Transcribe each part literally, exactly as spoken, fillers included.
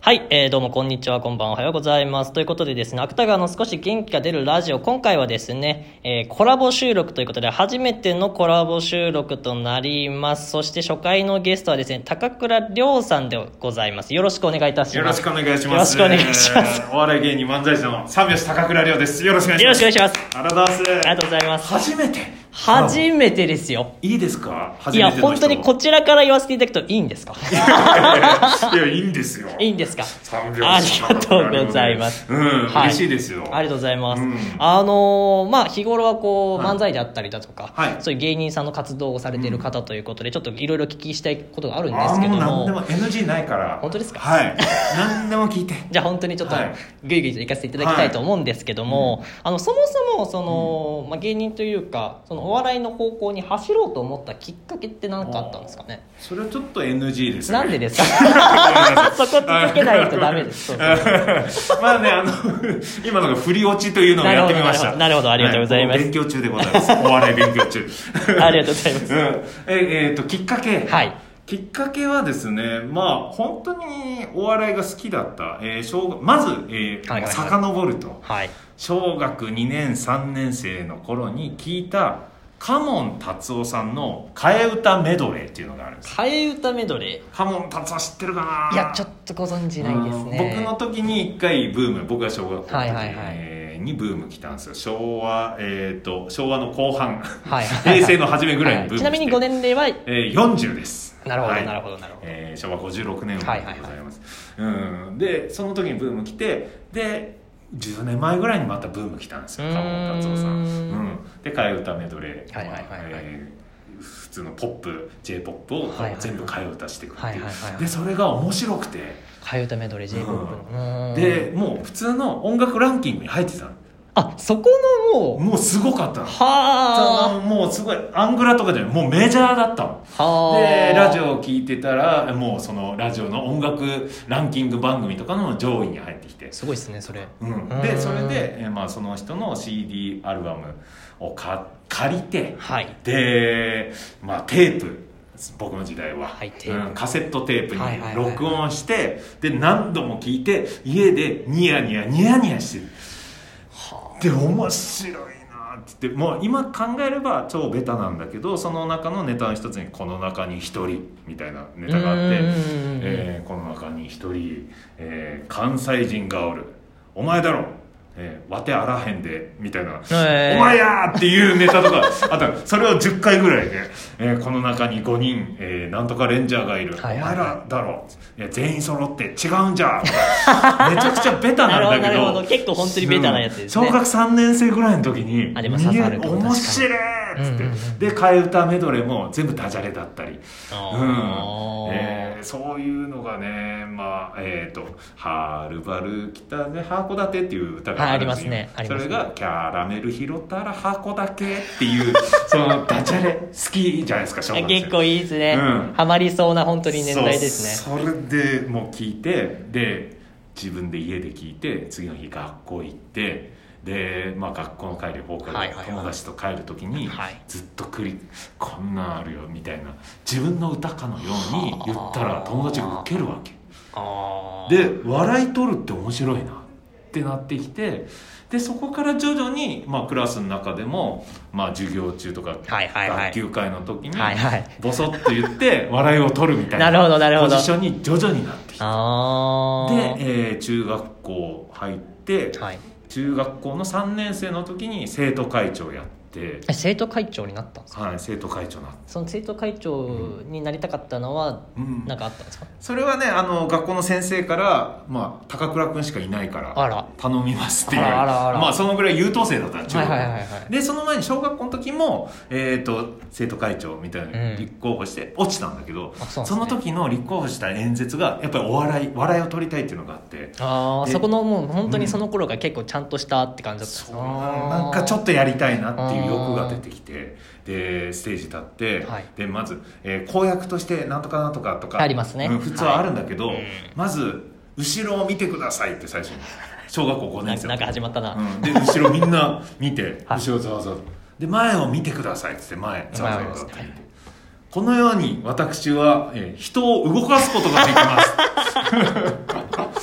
はい、えー、どうもこんにちは、こんばんは、おはようございます。ということでですね、芥川の少し元気が出るラジオ、今回はですね、えー、コラボ収録ということで、初めてのコラボ収録となります。そして初回のゲストはですね、高倉涼さんでございます。よろしくお願いいたします。 よろしくお願いします。 よろしくお願いします。 お笑い芸人漫才師の三拍子高倉涼です。よろしくお願いします。 よろしくお願いします。 ありがとうございます。 ありがとうございます。 初めて初めてですよ。 いいですか？初いや、 めての人。 本当にこちらから言わせていただくといいんですか？ いや、いやいいんですよ。 いいんですか？ 三拍子ありがとうございます。 うん、 はい、 嬉しいですよ。 ありがとうございます。 うん、 あのー、まあ、日頃はこう、 はい、 漫才であったりだとか、はい、そういう芸人さんの活動をされている方ということで、うん、ちょっといろいろ聞きしたいことがあるんですけども。 あ、もう何でも エヌジー ないから。 本当ですか？ はい。何でも聞いて。 じゃあ本当にちょっと、ぐいぐいと行かせていただきたいと思うんですけども、はい、あの、そもそも、その、うん、まあ、芸人というか、そのお笑いの方向に走ろうと思ったきっかけって何かあったんですかね？ それはちょっと エヌジー ですね。 なんでですか？そこ続けないとダメです。そうそうまあね、あの今のが振り落ちというのをやってみました。 なるほど、ありがとうございます。 はい、勉強中でございます。お笑い勉強中。 ありがとうございます。 うん、ええー、ときっかけ、 はい、 きっかけはですね、まあ本当にお笑いが好きだった、えー、小まず、えーはいはいはい、遡ると、はい、小学にねんさんねん生の頃に聞いたカモン達夫さんの替え歌メドレーっていうのがあるんです。 替え歌メドレー。 カモン達夫知ってるかな？ いや、ちょっとご存じないですね。 僕の時に一回ブーム、僕が小学校の時、 はいはいはい、 えー、にブーム来たんですよ。昭和、えー、と昭和の後半、 はい、 平成の初めぐらいにブーム来て、はいはい、 ちなみにご年齢は、 えー、よんじゅうです。 なるほど、 はい、 なるほどなるほど、 えー、昭和ごじゅうろくねん生まれでございます、はいはいはい、うん、でその時にブーム来て、でじゅうねんまえぐらいにまたブーム来たんですよ、カモン達夫さん、うん、で替え歌メドレー、はいはいはいはい、えー、普通のポップ J-ポップを全部替え歌していくっていう、はいはいはいはい、でそれが面白くて、 替え歌メドレー J-ポップの、 うん、でもう普通の音楽ランキングに入ってたの。 あ、そこのもうもうすごかったの。 はあ、もうすごいアングラとかじゃない、もうメジャーだったの。はでラジオを聞いてたら、もうそのラジオの音楽ランキング番組とかの上位に入ってきて、 すごいですねそれ、 うん、でそれで、えーまあ、その人の シーディー アルバムをか借りて、はい、で、まあ、テープ、僕の時代は、はい、うん、カセットテープに録音して、はいはいはいはい、で何度も聞いて家でニヤニヤニヤニヤしてる。で面白いなって言って、もう今考えれば超ベタなんだけど、その中のネタの一つにこの中に一人みたいなネタがあって、えー、この中に一人、えー、関西人がおる、お前だろ、えー、わてあらへんでみたいな、えー、お前やーっていうネタとかあとそれをじゅっかいぐらいで、えー、この中にごにん、えー、なんとかレンジャーがいる、はいはいはい、お前らだろ、いや全員揃って違うんじゃめちゃくちゃベタなんだけどなるほどなるほど、結構本当にベタなやつですね。 小学さんねん生ぐらいの時にあ、でも刺さると面白いっつって、うんうんうん、で替え歌メドレーも全部ダジャレだったり、うん、えー、そういうのがね、まあえっ、ー、とはるばる北で函館っていう歌があるんですよ、はい、ありますね、それがキャラメル拾ったら函館っていうそのダジャレ好きじゃないですか、小学生。 結構いいですね、うん、ハマりそうな本当に年代ですね。 そ, それでもう聞いて、で自分で家で聞いて、次の日学校行って、で、まあ、学校の帰り放課後、はいはいはい、友達と帰る時に、はい、ずっと繰りこんなんあるよみたいな、自分の歌かのように言ったら友達がウケるわけで、笑い取るって面白いなってなってきて、でそこから徐々に、まあ、クラスの中でも、まあ、授業中とか、はいはいはい、学級会の時にボソッと言って笑いを取るみたいなポジションに徐々になってきて、で、えー、中学校入って、はい、中学校のさんねん生の時に生徒会長やって、 生徒会長になったんですか？ はい、生徒会長になった。 その生徒会長になりたかったのは何かあったんですか？ うん、それはね、あの学校の先生から、まあ、高倉君しかいないから頼みますっていう、あらあら、まあ、そのぐらい優等生だったんですよ、はいはいはいはい、でその前に小学校の時も、えー、と生徒会長みたいなのに立候補して落ちたんだけど、うん、 そ, ね、その時の立候補した演説がやっぱりお笑い笑いを取りたいっていうのがあって、 あそこのもう本当にその頃が結構ちゃんとしたって感じだったんですか？ うん、なんかちょっとやりたいなっていう欲が出てきて、でステージ立って、はい、でまず、えー、公約としてなんとかなんとかとかありますね、 うん、普通はあるんだけど、はい、まず後ろを見てくださいって最初に小学校ごねん生なんか始まったな、 うん、で後ろみんな見て後ろざわざわで前を見てくださいって言って前ざわざわざわって見て、このように私は、えー、人を動かすことができます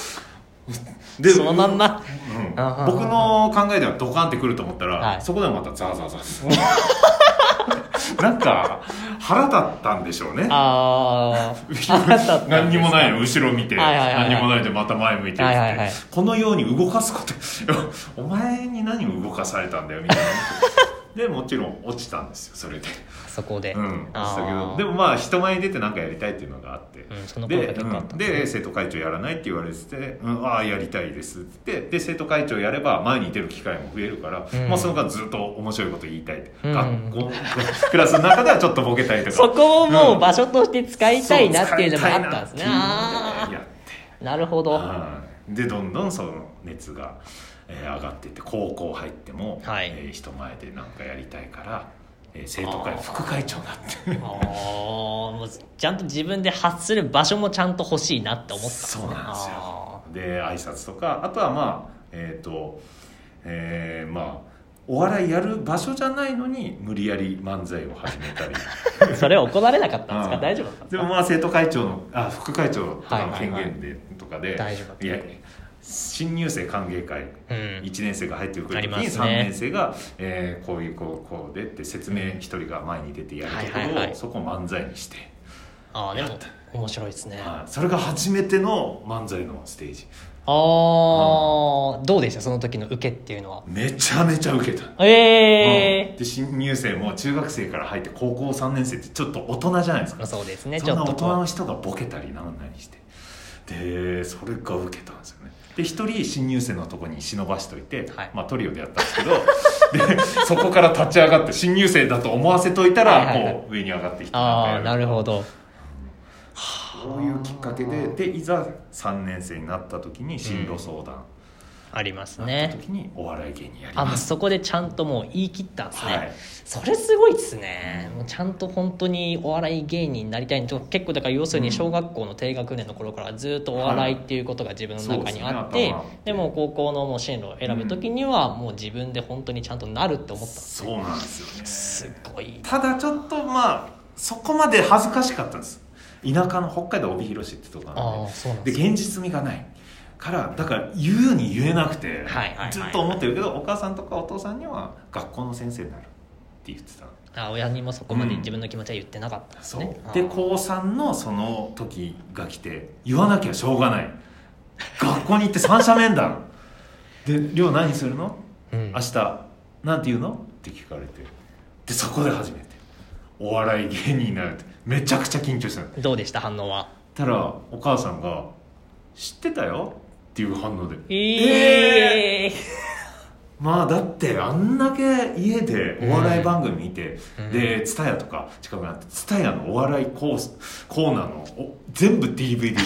でそのまんま、 うん、僕の考えではドカンってくると思ったら、はい、そこでまたザーザーザーなんか腹立ったんでしょうね。ああ何にもないの後ろ見て、はいはいはいはい、何にもないでまた前向いて、はいはいはい、このように動かすことお前に何を動かされたんだよみたいなでもちろん落ちたんですよそれでそこで、 うん、落ちたけどでもまあ人前に出て何かやりたいっていうのがあって、うん、その声が結構あったんですね。で、生徒会長やらないって言われてて、うん、ああやりたいですってで生徒会長やれば前に出る機会も増えるから、うん、まあ、その間ずっと面白いこと言いたいって、うん、学校クラスの中ではちょっとボケたりとかそこをもう場所として使いたいなっていうのもあったんですね。あやってなるほど、うん、でどんどんその熱がえー、上がっていって高校入っても、はい、えー、人前で何かやりたいから、えー、生徒会副会長になってあもうちゃんと自分で発する場所もちゃんと欲しいなって思ったんですね。そうなんですよ。で挨拶とかあとはまあえっ、ー、とえー、まあお笑いやる場所じゃないのに無理やり漫才を始めたりそれは怒られなかったんですか？大丈夫だったんですか？でもまあ生徒会長のあ副会長とかの権限で、はいはいはい、とかで大丈夫だった。いや新入生歓迎会、うん、いちねん生が入ってくる時に、ね、さんねん生が、えー、こういうこうこうでって説明ひとりが前に出てやるところを、はいはいはい、そこを漫才にしてあでも面白いですね、はい、それが初めての漫才のステージ。ああ、うん、どうでしたその時の受けっていうのは？めちゃめちゃ受けた。ええーうん、で新入生も中学生から入って高校さんねん生ってちょっと大人じゃないですか。そうですね。そんな大人の人がボケたりなんなりしてでそれが受けたんですよね。で一人新入生のとこに忍ばしといて、はい、まあトリオでやったんですけどでそこから立ち上がって新入生だと思わせといたら、はいはいはい、こう上に上がってきてああなるほど、そういうきっかけででいざさんねん生になった時に進路相談、うん、ありますね。なった時にお笑い芸人やります。あそこでちゃんともう言い切ったんですね、はい、それすごいですね。もうちゃんと本当にお笑い芸人になりたいと結構だから要するに小学校の低学年の頃からずっとお笑いっていうことが自分の中にあって、はい、で, でも高校のもう進路を選ぶ時にはもう自分で本当にちゃんとなるって思ったんですね。そうなんですよね。すごい。ただちょっとまあそこまで恥ずかしかったんです。田舎の北海道帯広市ってとこなんで、あ、で現実味がないからだから言うに言えなくて、はいはいはいはい、ずっと思ってるけどお母さんとかお父さんには学校の先生になるって言ってた。あ、親にもそこまで自分の気持ちは言ってなかったんですね、うん、そうで高さんのその時が来て言わなきゃしょうがない学校に行って三者面談で亮何するの、うん、明日なんて言うのって聞かれてでそこで初めてお笑い芸人になるってめちゃくちゃ緊張した。どうでした反応は？たらお母さんが知ってたよっていう反応でえー、えー、まあだってあんだけ家でお笑い番組見て、うん、でツタヤとか近くにあってツタヤのお笑いコースコーナーの全部 ディーブイディー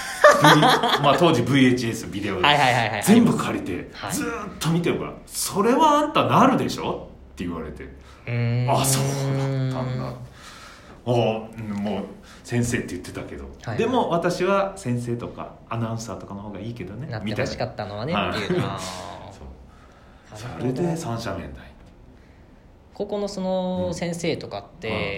v まあ当時 ブイエイチエス ビデオで全部借りてずっと見てるから、はい、それはあんたなるでしょって言われてうーんあそうだったんだおもう先生って言ってたけど、はい、でも私は先生とかアナウンサーとかの方がいいけどねなってほしかったのはねっていうのはそうそれで三者面談高校のその先生とかって、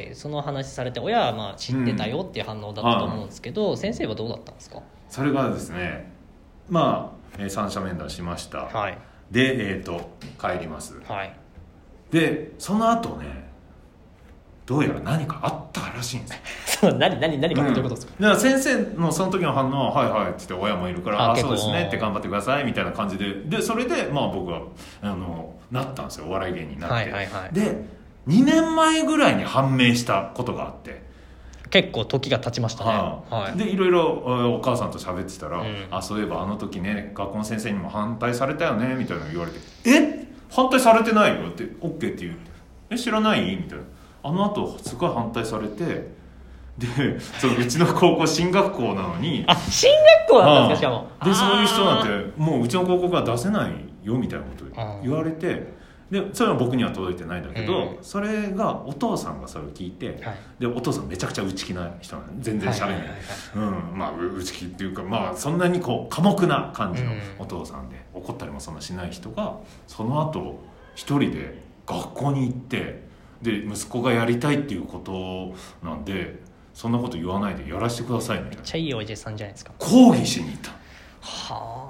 うん、その話されて親はまあ知ってたよっていう反応だったと思うんですけど、うん、先生はどうだったんですか？それがですねまあ、えー、三者面談しました、はい、で、えーと帰ります、はい、でその後ねどうやら何かあったらしいんですよ。何何何かどういうことですか？うん、だから先生のその時の反応ははいはいって言って親もいるからああそうですねって頑張ってくださいみたいな感じででそれでまあ僕はあのなったんですよお笑い芸人になって、はいはいはい、でにねんまえぐらいに判明したことがあって結構時が経ちましたね、はあはい、でいろいろお母さんと喋ってたら、うん、あそういえばあの時ね学校の先生にも反対されたよねみたいなの言われてえ反対されてないよって OK って言うえ知らないみたいなあの後すごい反対されてでそのうちの高校進学校なのにあ進学校だったんですか？しかもでそういう人なんてもううちの高校から出せないよみたいなこと言われてでそれは僕には届いてないんだけど、うん、それがお父さんがそれを聞いて、はい、でお父さんめちゃくちゃ内気な人なんで全然しゃべんない、うんまあ内気っていうかまあそんなにこう寡黙な感じのお父さんで、うん、怒ったりもそんなしない人がその後一人で学校に行ってで息子がやりたいっていうことなんでそんなこと言わないでやらせてくださいみたいなめっちゃいいおじさんじゃないですか講義しに行ったは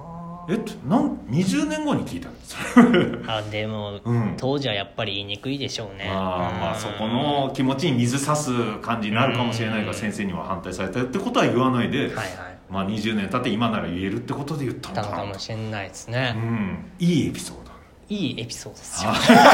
えっとなんにじゅうねんごに聞いたんですあでも、うん、当時はやっぱり言いにくいでしょうね。 あ、まあ、そこの気持ちに水差す感じになるかもしれないが、先生には反対されたってことは言わないで、はいはい、まあ、にじゅうねん経って今なら言えるってことで言ったのかなかもしれないですね、 うん、いいエピソード、 いいエピソードですよ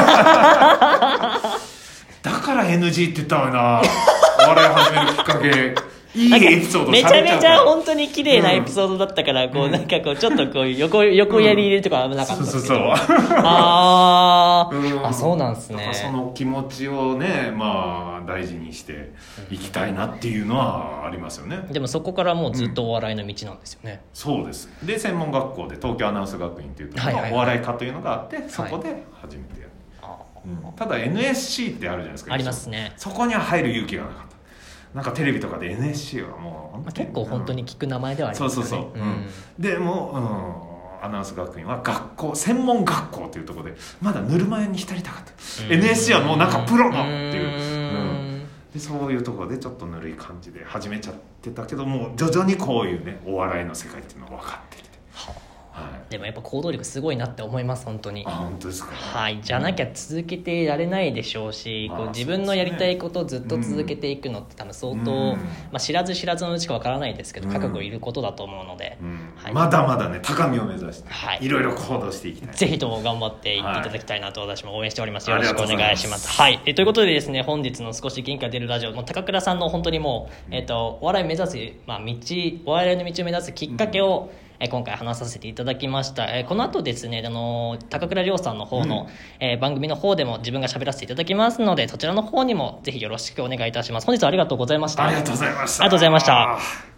だから エヌジー って言ったのになお笑い始めるきっかけいいエピソードめちゃめちゃ本当に綺麗なエピソードだったから、うん、こうなんかこうちょっとこう横横やり入れるとか危なかったんですけど、うん、そうそうそうあ、うん、あそうなんですね。 その気持ちをね、まあ大事にしていきたいなっていうのはありますよね。 でもそこからもうずっとお笑いの道なんですよね、うん、 そうです。で専門学校で東京アナウンス学院っていうところのお笑い科というのがあって、そこで初めてやる、はいうん、ただ エヌエスシー ってあるじゃないですか。 ありますね。 そこには入る勇気がなかった。なんかテレビとかで エヌエスシー はもう、まあ、 結構本当に聞く名前ではありますね。 そうそうそう、うん、でも、うん、アナウンス学院は学校専門学校というところでまだぬるま湯に浸りたかった。 エヌエスシー はもうなんかプロのっていう、うん、でそういうところでちょっとぬるい感じで始めちゃってたけども、徐々にこういうねお笑いの世界っていうのが分かってきて、ははい、でもやっぱ行動力すごいなって思います本当に。 あ、本当ですか。 はい、じゃなきゃ続けてられないでしょうし、うん、こう自分のやりたいことをずっと続けていくのって多分相当、うんまあ、知らず知らずのうちかわからないですけど、うん、覚悟いることだと思うので、うんはい、まだまだね高みを目指して、はい、いろいろ行動していきたい。 ぜひとも頑張っていっていただきたいなと私も応援しております。よろしくお願いします。はい、えということでですね、本日の少し元気が出るラジオの高倉さんの本当にもう、えー、とお笑い目指す、まあ、道お笑いの道を目指すきっかけを、うんえー、今回話させていただきました、えー、この後ですね、あのー、高倉涼さんの方の、うんえー、番組の方でも自分が喋らせていただきますので、そちらの方にもぜひよろしくお願いいたします。本日はありがとうございました。 ありがとうございました。 ありがとうございました。